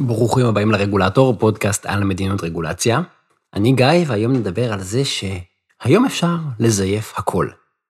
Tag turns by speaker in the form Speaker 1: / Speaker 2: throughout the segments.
Speaker 1: ברוכים הבאים לרגולטור, פודקאסט על מדיניות רגולציה. אני גיא, והיום נדבר על זה שהיום אפשר לזייף הכל.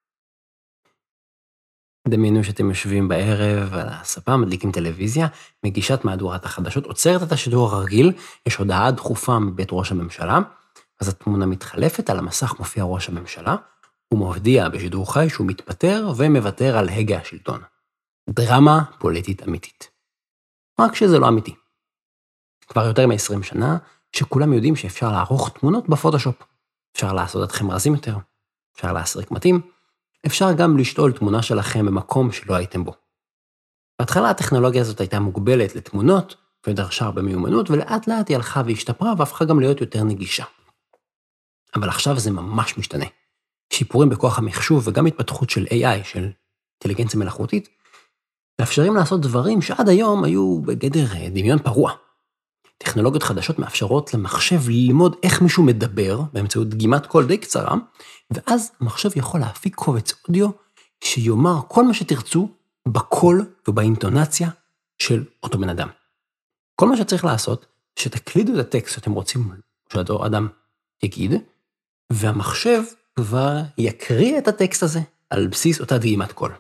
Speaker 1: דמיינו שאתם יושבים בערב על הספה, מדליקים טלוויזיה, מגישת מהדורת החדשות, עוצרת את השידור הרגיל, יש הודעה דחופה מבית ראש הממשלה, אז התמונה מתחלפת, על המסך מופיע ראש הממשלה, הוא מודיע בשידור חי שהוא מתפטר ומוותר על הגה השלטון. דרמה פוליטית אמיתית. רק שזה לא אמיתי. כבר יותר מ-20 שנה, שכולם יודעים שאפשר לערוך תמונות בפוטושופ. אפשר לעשות אתכם רזים יותר, אפשר להסריק מתאים, אפשר גם לשתול תמונה שלכם במקום שלא הייתם בו. בהתחלה הטכנולוגיה הזאת הייתה מוגבלת לתמונות, ודרשה הרבה מיומנות, ולאט לאט היא הלכה והשתפרה, והפכה גם להיות יותר נגישה. אבל עכשיו זה ממש משתנה. שיפורים בכוח המחשוב, וגם התפתחות של AI, של אינטליגנציה מלאכותית, מאפשרים לעשות דברים שעד היום היו בגדר דמיון פרוע. טכנולוגיות חדשות מאפשרות למחשב ללמוד איך מישהו מדבר, באמצעות דגימת קול די קצרה, ואז המחשב יכול להפיק קובץ אודיו, שיאמר כל מה שתרצו, בקול ובאינטונציה של אותו בן אדם. כל מה שצריך לעשות, שתקלידו את הטקסט שאתם רוצים שאותו אדם יגיד, והמחשב כבר יקריא את הטקסט הזה, על בסיס אותה דגימת קול.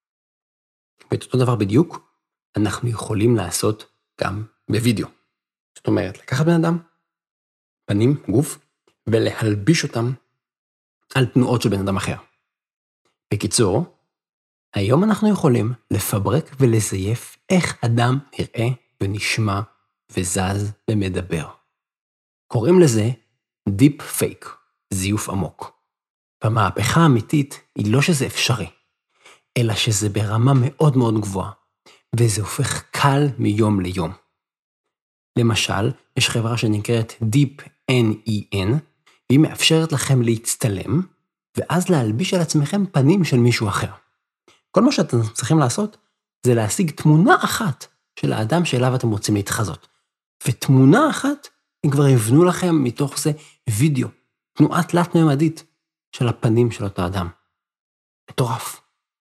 Speaker 1: ואת אותו דבר בדיוק, אנחנו יכולים לעשות גם בווידאו. זאת אומרת, לקחת בן אדם, פנים, גוף, ולהלביש אותם על תנועות של בן אדם אחר. בקיצור, היום אנחנו יכולים לפברק ולזייף איך אדם נראה ונשמע וזז ומדבר. קוראים לזה Deep Fake, זיוף עמוק. והמהפכה האמיתית היא לא שזה אפשרי, אלא שזה ברמה מאוד מאוד גבוהה, וזה הופך קל מיום ליום. למשל, יש חברה שנקראת DeepNEN, והיא מאפשרת לכם להצטלם, ואז להלביש על עצמכם פנים של מישהו אחר. כל מה שאתם צריכים לעשות, זה להשיג תמונה אחת של האדם שאליו אתם רוצים להתחזות. ותמונה אחת, הם כבר יבנו לכם מתוך זה וידאו, תנועה תלת-ממדית של הפנים של אותו אדם. מטורף.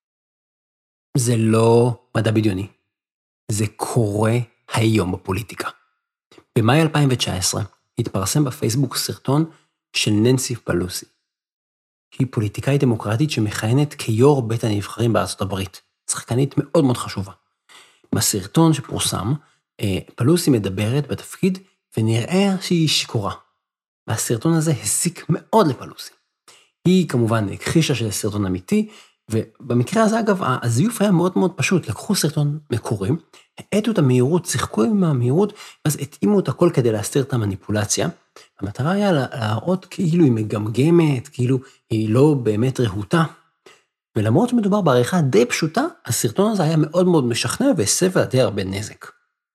Speaker 1: זה לא מדע בדיוני. זה קורה היום בפוליטיקה. במאי 2019 התפרסם בפייסבוק סרטון של ננסי פלוסי. היא פוליטיקאית דמוקרטית שמכהנת כיו"ר בית הנבחרים בארצות הברית. שחקנית מאוד מאוד חשובה. בסרטון שפורסם, פלוסי מדברת בתפקיד ונראה שהיא שיכורה. והסרטון הזה הסיק מאוד לפלוסי. היא כמובן הכחישה שזה סרטון אמיתי, ובמקרה הזה אגב, הזיוף היה מאוד מאוד פשוט. לקחו סרטון מקורי, העטו את המהירות, שיחקו עם המהירות, ואז התאימו את הכל כדי להסתיר את המניפולציה. המטרה היה להראות כאילו היא מגמגמת, כאילו היא לא באמת רהוטה. ולמרות שמדובר בעריכה די פשוטה, הסרטון הזה היה מאוד מאוד משכנע, והסב די הרבה נזק.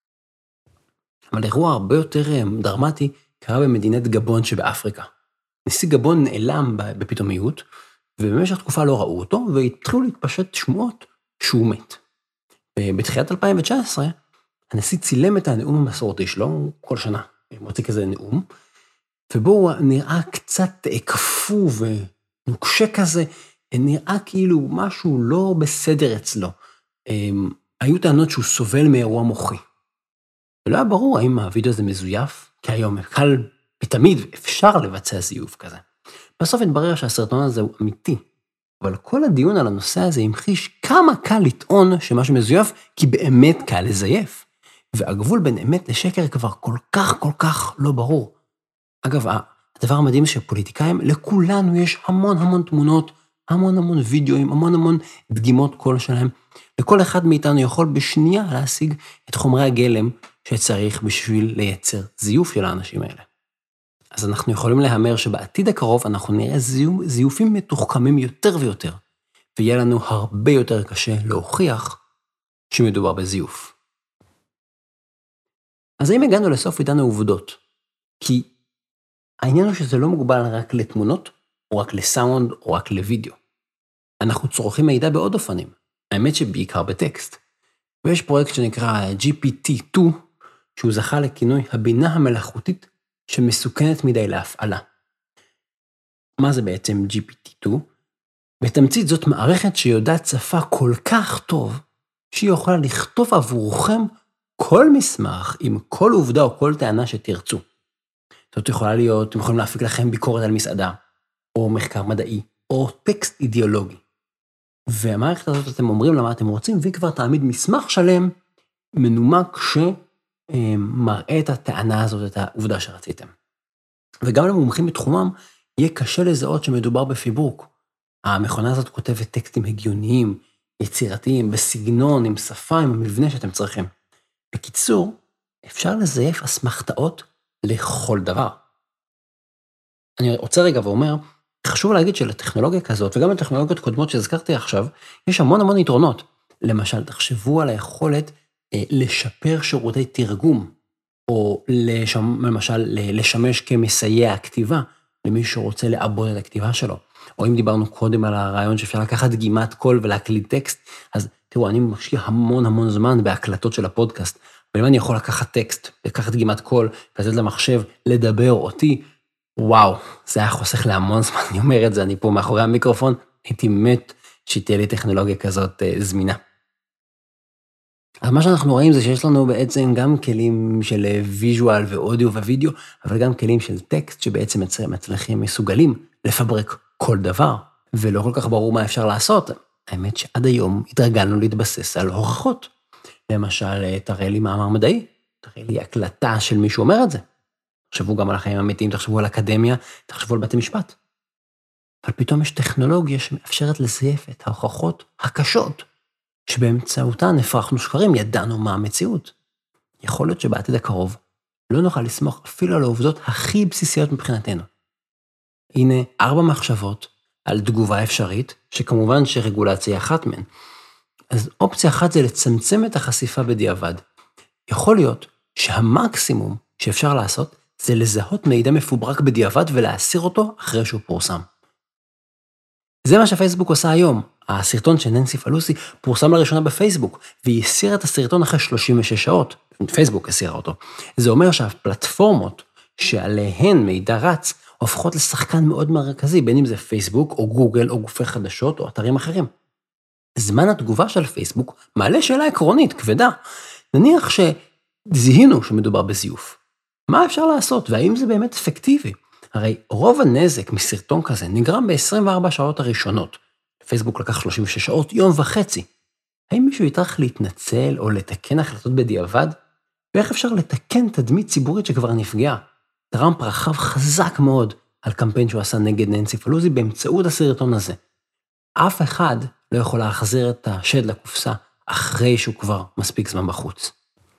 Speaker 1: אבל אירוע הרבה יותר דרמטי, קרה במדינת גבון שבאפריקה. נשיא גבון נעלם בפתאומיות, ובמשך תקופה לא ראו אותו, והתחילו להתפשט שמועות שהוא מת. בתחילת 2019, הנשיא צילם את הנאום המסורתי שלו, כל שנה, מוציא כזה נאום, ובו הוא נראה קצת קפוא ונוקשה כזה, נראה כאילו משהו לא בסדר אצלו. היו טענות שהוא סובל מאירוע מוחי. ולא היה ברור האם הווידאו הזה מזויף, כי היום קל ותמיד אפשר לבצע זיוף כזה. בסוף התברר שהסרטון הזה הוא אמיתי, אבל כל הדיון על הנושא הזה המחיש כמה קל לטעון שמשהו מזויף, כי באמת קל לזייף. והגבול בין אמת לשקר כבר כל כך לא ברור. אגב, הדבר המדהים שפוליטיקאים, לכולנו יש המון תמונות, המון וידאוים, המון דגימות קול שלהם, וכל אחד מאיתנו יכול בשנייה להשיג את חומרי הגלם שצריך בשביל לייצר זיוף של האנשים האלה. אז אנחנו יכולים להאמר שבעתיד הקרוב אנחנו נראה זיופים מתוחכמים יותר ויותר, ויהיה לנו הרבה יותר קשה להוכיח שמדובר בזיוף. אז האם הגענו לסוף עידן העובדות? כי העניין הוא שזה לא מוגבל רק לתמונות, או רק לסאונד, או רק לוידאו. אנחנו צורכים מידע בעוד אופנים, האמת שבעיקר בטקסט. ויש פרויקט שנקרא GPT-2, שהוא זכה לכינוי הבינה המלאכותית שמסוכנת מדי להפעלה. מה זה בעצם GPT-2? בתמצית זאת מערכת שיודעת שפה כל כך טוב, שהיא יכולה לכתוב עבורכם כל מסמך עם כל עובדה או כל טענה שתרצו. זאת יכולה להיות, אתם יכולים להפיק לכם ביקורת על מסעדה, או מחקר מדעי, או טקסט אידיאולוגי. והמערכת הזאת אתם אומרים לה מה אתם רוצים, והיא כבר תעמיד מסמך שלם, מנומק שמראה את הטענה הזאת, את העובדה שרציתם. וגם למומחים בתחומם, יהיה קשה לזהות שמדובר בפיברוק. המכונה הזאת כותבת טקסטים הגיוניים, יצירתיים, בסגנון, עם שפה, עם המבנה שאתם צריכים. בקיצור, אפשר לזייף אסמכתאות לכל דבר. אני רוצה רגע ואומר, חשוב להגיד שלטכנולוגיה כזאת, וגם לטכנולוגיות קודמות שהזכרתי עכשיו, יש המון יתרונות. למשל, תחשבו על היכולת לשפר שירותי תרגום, או למשל לשמש כמסייע הכתיבה, למי שרוצה לעבוד את הכתיבה שלו. או אם דיברנו קודם על הרעיון שאפשר לקחת דגימת קול ולהקליד טקסט, אז תראו, אני משקיע המון זמן בהקלטות של הפודקאסט, אבל אם אני יכול לקחת טקסט, לקחת דגימת קול, ולתת למחשב לדבר אותי, וואו, זה היה חוסך להמון זמן, אני אומר את זה, אני פה מאחורי המיקרופון, הייתי מת שתהיה לי טכנולוגיה כזאת זמינה. אז מה שאנחנו רואים זה שיש לנו בעצם גם כלים של ויז'ואל ואודיו ווידאו, אבל גם כלים של טקסט שבעצם מצליחים מסוגלים לפברק כל דבר, ולא כל כך ברור מה אפשר לעשות. האמת שעד היום התרגלנו להתבסס על הוכחות. למשל, תראה לי מאמר מדעי, תראה לי הקלטה של מישהו אומר את זה. תחשבו גם על החיים האמיתיים, תחשבו על אקדמיה, תחשבו על בתי משפט. אבל פתאום יש טכנולוגיה שמאפשרת לזייף את ההוכחות הקשות, שבאמצעותן הפרחנו שקרים, ידענו מה המציאות. יכול להיות שבעתיד הקרוב לא נוכל לסמוך אפילו על העובדות הכי בסיסיות מבחינתנו. הנה 4 מחשבות על תגובה אפשרית, שכמובן שרגולציה היא אחת מהן. אז אופציה אחת זה לצמצם את החשיפה בדיעבד. יכול להיות שהמקסימום שאפשר לעשות זה לזהות מידע מפוברק בדיעבד ולהסיר אותו אחרי שהוא פורסם. זה מה שפייסבוק עושה היום. הסרטון של ננסי פלוסי פורסם לראשונה בפייסבוק, והיא הסירה את הסרטון אחרי 36 שעות. פייסבוק הסירה אותו. זה אומר שהפלטפורמות שעליהן מידע רץ, הופכות לשחקן מאוד מרכזי, בין אם זה פייסבוק או גוגל או גופי חדשות או אתרים אחרים. זמן התגובה של פייסבוק מעלה שאלה עקרונית, כבדה. נניח שזיהינו שמדובר בזיוף. מה אפשר לעשות, והאם זה באמת אפקטיבי? הרי רוב הנזק מסרטון כזה נגרם ב-24 שעות הראשונות. פייסבוק לקח 36 שעות, יום וחצי. האם מישהו יצטרך להתנצל או לתקן החלטות בדיעבד? ואיך אפשר לתקן תדמית ציבורית שכבר נפגעה? טראמפ רכב חזק מאוד על קמפיין שהוא עשה נגד ננסי פלוזי באמצעות הסרטון הזה. אף אחד לא יכול להחזיר את השד לקופסה אחרי שהוא כבר מספיק זמן בחוץ.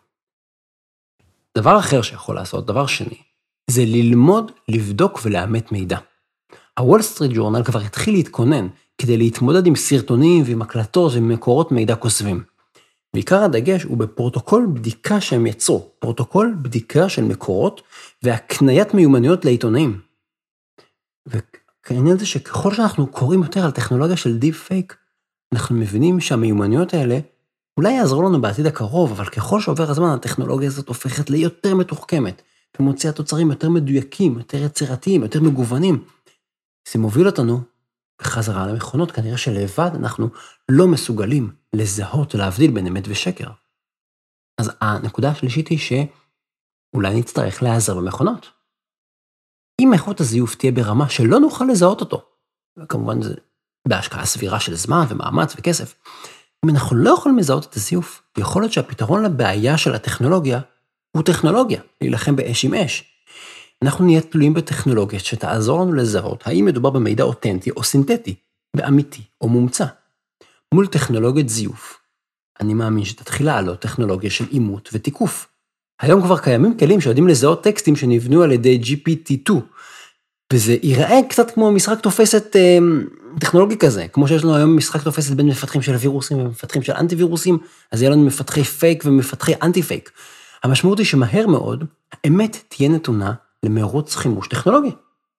Speaker 1: דבר אחר שיכול לעשות, דבר שני, זה ללמוד, לבדוק ולאמת מידע. הוול סטריט ג'ורנל כבר התחיל להתכונן כדי להתמודד עם סרטונים ועם הקלטות ועם מקורות מידע כוסבים. ועיקר הדגש הוא בפרוטוקול בדיקה שהם יצרו, פרוטוקול בדיקה של מקורות והקניית מיומנויות לעיתונאים. וכעניין זה שככל שאנחנו קוראים יותר על טכנולוגיה של דיפ פייק, אנחנו מבינים שהמיומנויות האלה אולי יעזרו לנו בעתיד הקרוב, אבל ככל שעובר הזמן הטכנולוגיה הזאת הופכת ליותר מתוחכמת, ומוציאה תוצרים יותר מדויקים, יותר יצירתיים, יותר מגוונים. זה מוביל אותנו בחזרה למכונות, כנראה שלבד אנחנו לא מסוגלים לזהות ולהבדיל בין אמת ושקר. אז הנקודה השלישית היא שאולי נצטרך להיעזר במכונות. אם איכות הזיוף תהיה ברמה שלא נוכל לזהות אותו, וכמובן זה בהשקעה סבירה של זמן ומאמץ וכסף, אם אנחנו לא יכולים לזהות את הזיוף, יכול להיות שהפתרון לבעיה של הטכנולוגיה הוא טכנולוגיה, להילחם באש עם אש. אנחנו נהיה תלויים בטכנולוגיה שתעזור לנו לזהות האם מדובר במידע אותנטי או סינתטי, באמיתי או מומצא. מול טכנולוגיית זיוף, אני מאמין שתתחיל לעלות טכנולוגיה של אימות ותיקוף. היום כבר קיימים כלים שיודעים לזהות טקסטים שנבנו על ידי GPT-2, וזה ייראה קצת כמו משחק תופסת טכנולוגי כזה, כמו שיש לנו היום משחק תופסת בין מפתחים של וירוסים ומפתחים של אנטי וירוסים, אז יהיה לנו מפתחי פייק ומפתחי אנטי פייק. המשמעות היא שמהר מאוד, האמת תהיה נתונה למרוץ חימוש טכנולוגי.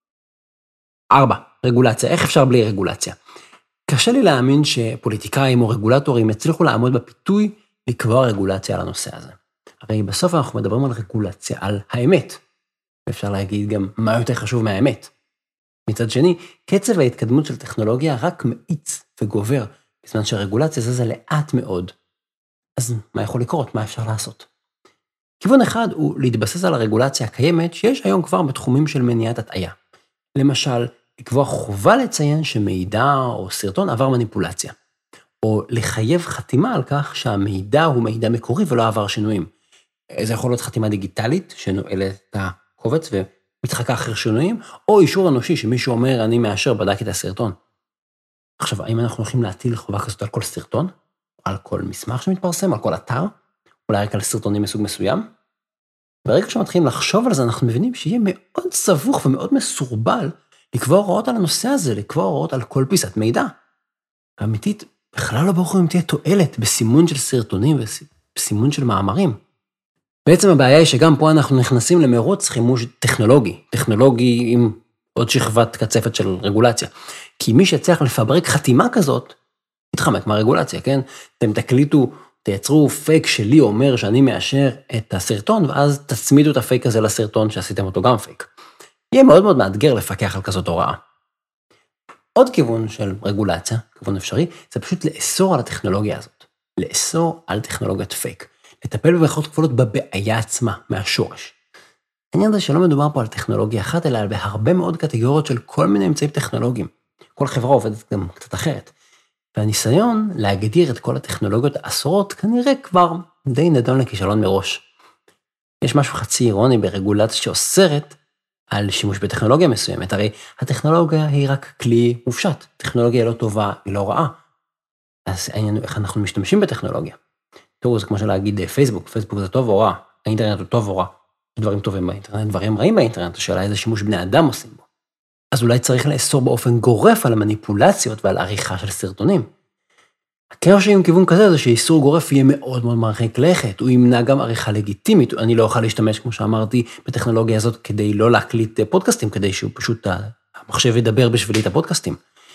Speaker 1: 4. רגולציה. איך אפשר בלי רגולציה? קשה לי להאמין שפוליטיקאים או רגולטורים יצליחו לעמוד בפיתוי לקבוע רגולציה על הנושא הזה. הרי בסוף אנחנו מדברים על רגולציה, על האמת. ואפשר להגיד גם מה יותר חשוב מהאמת. מצד שני, קצב ההתקדמות של טכנולוגיה רק מאיץ וגובר, בזמן שהרגולציה זזה לאט מאוד. אז מה יכול לקרות? מה אפשר לעשות? כיוון אחד הוא להתבסס על הרגולציה הקיימת שיש היום כבר בתחומים של מניעת הטעיה. למשל, לקבוע חובה לציין שמידע או סרטון עבר מניפולציה, או לחייב חתימה על כך שהמידע הוא מידע מקורי ולא עבר שינויים. זה יכול להיות חתימה דיגיטלית שנועלת את הקובץ ומתחקה אחר שינויים, או אישור אנושי שמישהו אומר אני מאשר בדק את הסרטון. עכשיו, האם אנחנו הולכים להטיל חובה כזאת על כל סרטון? על כל מסמך שמתפרסם, על כל אתר? אולי רק על סרטונים מסוג מסוים? ברגע שמתחילים לחשוב על זה, אנחנו מבינים שיהיה מאוד סבוך ומאוד מסורבל לקבוע הוראות על הנושא הזה, לקבוע הוראות על כל פיסת מידע. האמיתית, בכלל לא ברור אם תהיה תועלת בסימון של סרטונים ובסימון של מאמרים. בעצם הבעיה היא שגם פה אנחנו נכנסים למרוץ חימוש טכנולוגי עם עוד שכבת קצפת של רגולציה. כי מי שצריך לפברק חתימה כזאת, יתחמק מהרגולציה, כן? אתם תייצרו פייק שלי אומר שאני מאשר את הסרטון, ואז תצמידו את הפייק הזה לסרטון שעשיתם אותו גם פייק. יהיה מאוד מאוד מאתגר לפקח על כזאת הוראה. עוד כיוון של רגולציה, כיוון אפשרי, זה פשוט לאסור על הטכנולוגיה הזאת. לאסור על טכנולוגיית פייק. לטפל במרכאות כפולות בבעיה עצמה, מהשורש. העניין זה שלא מדובר פה על טכנולוגיה אחת, אלא על בהרבה מאוד קטגוריות של כל מיני אמצעים טכנולוגיים. כל חברה עובדת גם קצת אחרת. והניסיון להגדיר את כל הטכנולוגיות האסורות כנראה כבר די נדון לכישלון מראש. יש משהו חצי אירוני ברגולציה שאוסרת על שימוש בטכנולוגיה מסוימת. הרי הטכנולוגיה היא רק כלי מופשט. טכנולוגיה לא טובה, היא לא רעה. אז העניין הוא איך אנחנו משתמשים בטכנולוגיה. תראו, זה כמו שלהגיד פייסבוק זה טוב או רע, האינטרנט הוא טוב או רע. יש דברים טובים באינטרנט, דברים רעים באינטרנט, השאלה איזה שימוש בני אדם עושים בו. אז אולי צריך לאסור באופן גורף על המניפולציות ועל עריכה של סרטונים. הקשר עם כיוון כזה זה שאיסור גורף יהיה מאוד מאוד מרחיק לכת, הוא ימנע גם עריכה לגיטימית, אני לא אוכל להשתמש, כמו שאמרתי, בטכנולוגיה הזאת כדי לא להקליט פודקאסטים, כדי שהוא פשוט המחשב ידבר בשבילי את הפודקאסטים.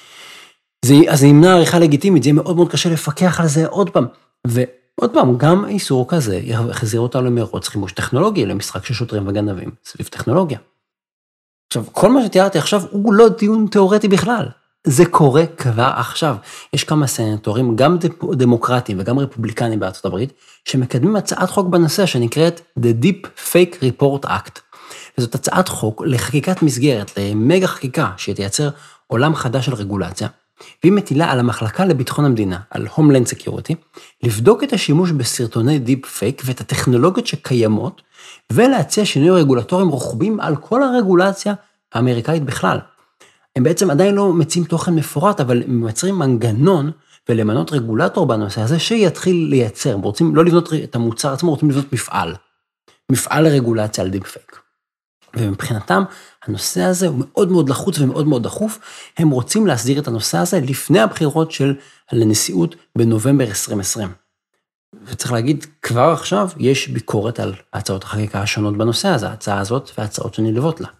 Speaker 1: אז זה ימנע עריכה לגיטימית, זה יהיה מאוד מאוד קשה לפקח על זה עוד פעם, ועוד פעם, גם איסור כזה יחזיר אותנו למרוץ חימוש טכנולוגי, למשחק של שוטרים וגנבים סביב טכנולוגיה. עכשיו, כל מה שתיארתי עכשיו הוא לא דיון תיאורטי בכלל. זה קורה כבר עכשיו. יש כמה סנטורים, גם דמוקרטים וגם רפובליקנים בארצות הברית, שמקדמים הצעת חוק בנושא שנקראת The Deep Fake Report Act. וזאת הצעת חוק לחקיקת מסגרת, למגה חקיקה, שתייצר עולם חדש של רגולציה, והיא מטילה על המחלקה לביטחון המדינה, על Homeland Security, לבדוק את השימוש בסרטוני Deep Fake ואת הטכנולוגיות שקיימות, ולהציע שינוי רגולטוריים רוחבים על כל הרגולציה האמריקאית בכלל. הם בעצם עדיין לא מציעים תוכן מפורט, אבל הם מייצרים מנגנון ולמנות רגולטור בנושא הזה שיתחיל לייצר. הם רוצים לא לבנות את המוצר עצמו, רוצים לבנות מפעל לרגולציה על דיפ פייק. ומבחינתם, הנושא הזה הוא מאוד מאוד לחוץ ומאוד מאוד דחוף. הם רוצים להסדיר את הנושא הזה לפני הבחירות של הנשיאות בנובמבר 2020. וצריך להגיד, כבר עכשיו יש ביקורת על הצעות החקיקה השונות בנושא הזה, ההצעה הזאת וההצעות שנלוות לה.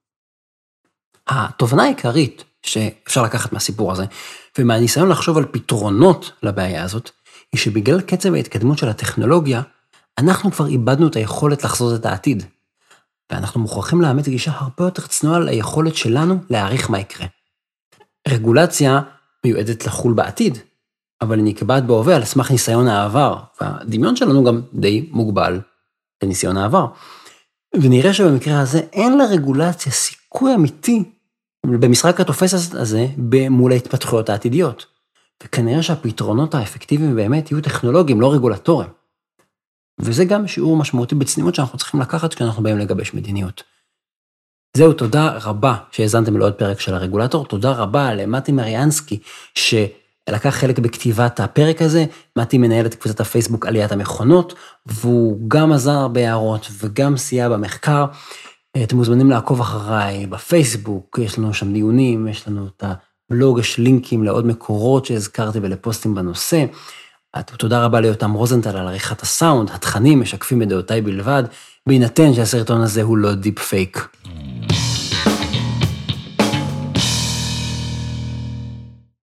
Speaker 1: התובנה העיקרית שאפשר לקחת מהסיפור הזה, ומהניסיון לחשוב על פתרונות לבעיה הזאת, היא שבגלל קצב ההתקדמות של הטכנולוגיה, אנחנו כבר איבדנו את היכולת לחזות את העתיד. ואנחנו מוכרחים לאמץ גישה הרבה יותר צנועה ליכולת שלנו להעריך מה יקרה. רגולציה מיועדת לחול בעתיד, אבל היא נקבעת בהווה על סמך ניסיון העבר, והדמיון שלנו גם די מוגבל לניסיון העבר. ונראה שבמקרה הזה אין לרגולציה סיכוי אמיתי במשחק התופס הזה מול ההתפתחויות העתידיות. וכנראה שהפתרונות האפקטיביים באמת יהיו טכנולוגיים, לא רגולטוריים. וזה גם שיעור משמעותי בצניעות שאנחנו צריכים לקחת כשאנחנו באים לגבש מדיניות. זהו, תודה רבה שהזנתם לעוד פרק של הרגולטור, תודה רבה למתי מריאנסקי שלקח חלק בכתיבת הפרק הזה, מתי מנהל את קבוצת הפייסבוק עליית המכונות, והוא גם עזר בהערות וגם סייע במחקר. אתם מוזמנים לעקוב אחריי בפייסבוק, יש לנו שם דיונים, יש לנו את הבלוג, יש לינקים לעוד מקורות שהזכרתי ולפוסטים בנושא. תודה רבה ליותם רוזנטל על עריכת הסאונד, התכנים משקפים את דעותיי בלבד, בהינתן שהסרטון הזה הוא לא דיפ פייק.